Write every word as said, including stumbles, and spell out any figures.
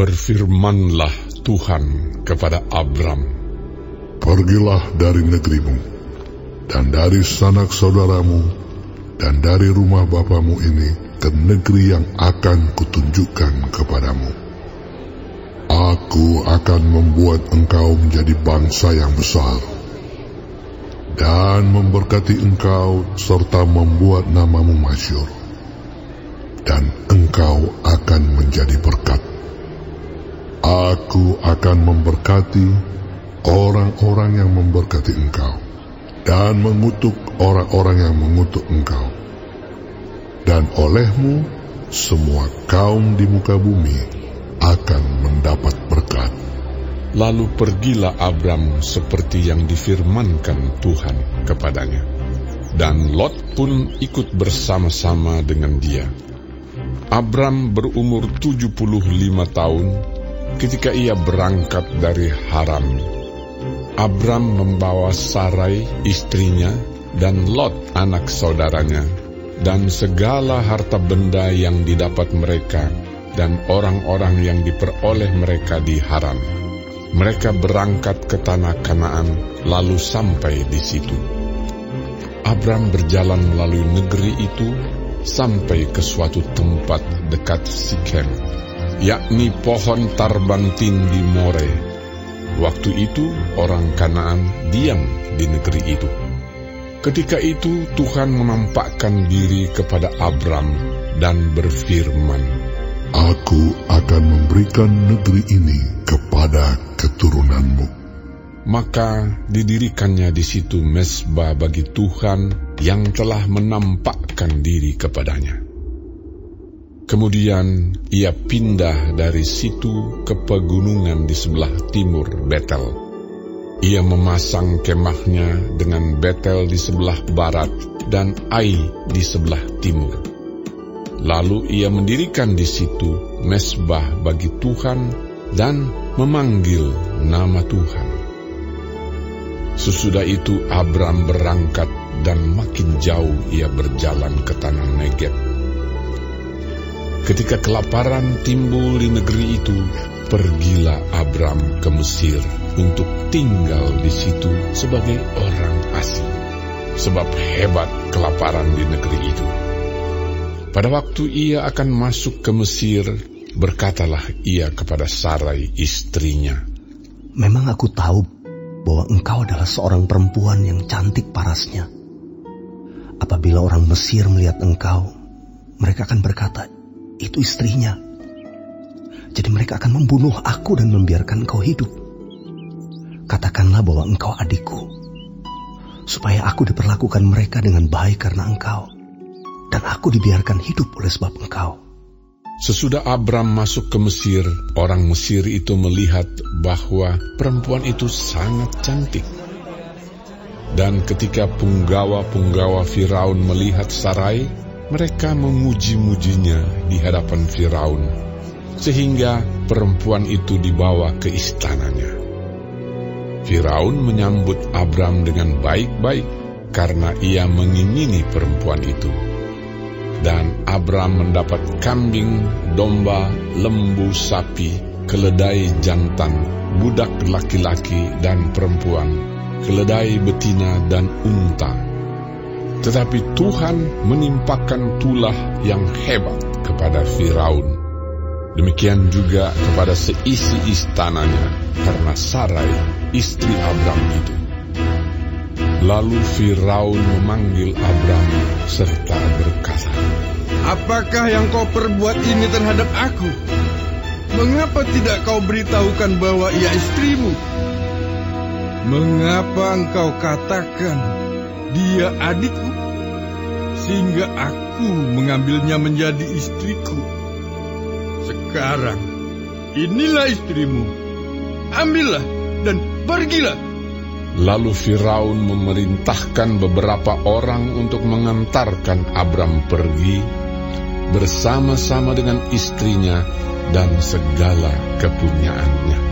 Berfirmanlah Tuhan kepada Abram, "Pergilah dari negerimu, dan dari sanak saudaramu, dan dari rumah bapamu ini ke negeri yang akan kutunjukkan kepadamu. Aku akan membuat engkau menjadi bangsa yang besar, dan memberkati engkau serta membuat namamu masyhur, dan engkau akan menjadi berkat. Aku akan memberkati orang-orang yang memberkati engkau, dan mengutuk orang-orang yang mengutuk engkau. Dan olehmu semua kaum di muka bumi akan mendapat berkat." Lalu pergilah Abram seperti yang difirmankan Tuhan kepadanya, dan Lot pun ikut bersama-sama dengan dia. Abram berumur tujuh puluh lima tahun ketika ia berangkat dari Haran. Abram membawa Sarai istrinya dan Lot anak saudaranya, dan segala harta benda yang didapat mereka dan orang-orang yang diperoleh mereka di Haran. Mereka berangkat ke tanah Kanaan, lalu sampai di situ. Abram berjalan melalui negeri itu sampai ke suatu tempat dekat Sikem, yakni pohon tarbantin di More. Waktu itu orang Kanaan diam di negeri itu. Ketika itu Tuhan menampakkan diri kepada Abram dan berfirman, "Aku akan memberikan negeri ini kepada keturunanmu." Maka didirikannya di situ mezbah bagi Tuhan yang telah menampakkan diri kepadanya. Kemudian ia pindah dari situ ke pegunungan di sebelah timur Betel. Ia memasang kemahnya dengan Betel di sebelah barat dan Ai di sebelah timur. Lalu ia mendirikan di situ mezbah bagi Tuhan dan memanggil nama Tuhan. Sesudah itu Abram berangkat dan makin jauh ia berjalan ke tanah Negeb. Ketika kelaparan timbul di negeri itu, pergilah Abram ke Mesir untuk tinggal di situ sebagai orang asing, sebab hebat kelaparan di negeri itu. Pada waktu ia akan masuk ke Mesir, berkatalah ia kepada Sarai istrinya, "Memang aku tahu bahwa engkau adalah seorang perempuan yang cantik parasnya. Apabila orang Mesir melihat engkau, mereka akan berkata, 'Itu istrinya.' Jadi mereka akan membunuh aku dan membiarkan engkau hidup. Katakanlah bahwa engkau adikku, supaya aku diperlakukan mereka dengan baik karena engkau, dan aku dibiarkan hidup oleh sebab engkau." Sesudah Abram masuk ke Mesir, orang Mesir itu melihat bahwa perempuan itu sangat cantik. Dan ketika punggawa-punggawa Firaun melihat Sarai, mereka memuji-mujinya di hadapan Firaun, sehingga perempuan itu dibawa ke istananya. Firaun menyambut Abram dengan baik-baik karena ia mengingini perempuan itu. Dan Abram mendapat kambing, domba, lembu, sapi, keledai jantan, budak laki-laki dan perempuan, keledai betina dan unta. Tetapi Tuhan menimpakan tulah yang hebat kepada Firaun. Demikian juga kepada seisi istananya karena Sarai, istri Abram itu. Lalu Firaun memanggil Abram serta berkata, "Apakah yang kau perbuat ini terhadap aku? Mengapa tidak kau beritahukan bahwa ia istrimu? Mengapa engkau katakan dia adikku, sehingga aku mengambilnya menjadi istriku? Sekarang inilah istrimu, ambillah dan pergilah." Lalu Firaun memerintahkan beberapa orang untuk mengantarkan Abram pergi bersama-sama dengan istrinya dan segala kepunyaannya.